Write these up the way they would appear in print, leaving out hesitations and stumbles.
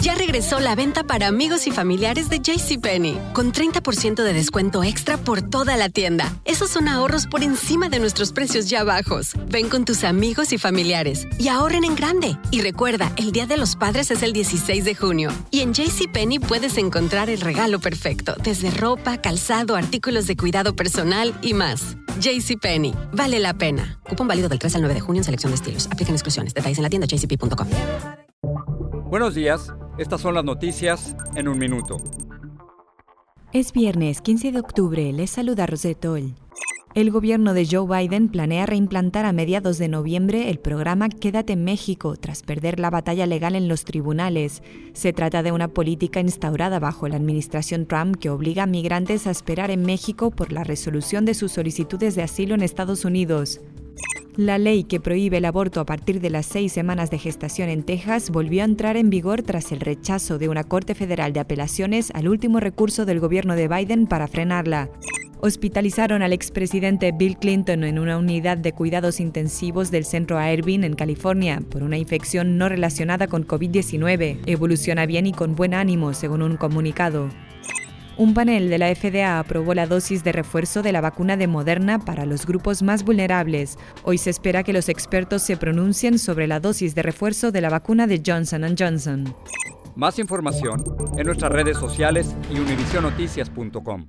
Ya regresó la venta para amigos y familiares de JCPenney, con 30% de descuento extra por toda la tienda. Esos son ahorros por encima de nuestros precios ya bajos. Ven con tus amigos y familiares y ahorren en grande. Y recuerda, el Día de los Padres es el 16 de junio. Y en JCPenney puedes encontrar el regalo perfecto, desde ropa, calzado, artículos de cuidado personal y más. JCPenney, vale la pena. Cupón válido del 3 al 9 de junio en selección de estilos. Aplican exclusiones. Detalles en la tienda jcp.com. Buenos días, estas son las noticias en un minuto. Es viernes 15 de octubre, les saluda Rosetol. El gobierno de Joe Biden planea reimplantar a mediados de noviembre el programa Quédate en México tras perder la batalla legal en los tribunales. Se trata de una política instaurada bajo la administración Trump que obliga a migrantes a esperar en México por la resolución de sus solicitudes de asilo en Estados Unidos. La ley que prohíbe el aborto a partir de las 6 semanas de gestación en Texas volvió a entrar en vigor tras el rechazo de una Corte Federal de Apelaciones al último recurso del gobierno de Biden para frenarla. Hospitalizaron al expresidente Bill Clinton en una unidad de cuidados intensivos del centro Irvine en California por una infección no relacionada con COVID-19. Evoluciona bien y con buen ánimo, según un comunicado. Un panel de la FDA aprobó la dosis de refuerzo de la vacuna de Moderna para los grupos más vulnerables. Hoy se espera que los expertos se pronuncien sobre la dosis de refuerzo de la vacuna de Johnson & Johnson. Más información en nuestras redes sociales y univisionoticias.com.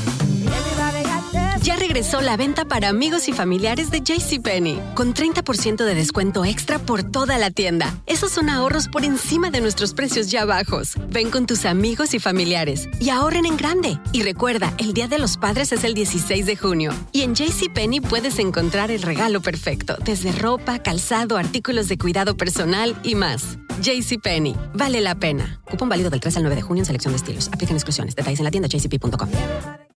Ya regresó la venta para amigos y familiares de JCPenney, con 30% de descuento extra por toda la tienda. Esos son ahorros por encima de nuestros precios ya bajos. Ven con tus amigos y familiares y ahorren en grande. Y recuerda, el Día de los Padres es el 16 de junio. Y en JCPenney puedes encontrar el regalo perfecto, desde ropa, calzado, artículos de cuidado personal y más. JCPenney, vale la pena. Cupón válido del 3 al 9 de junio en selección de estilos. Aplican exclusiones. Detalles en la tienda jcp.com.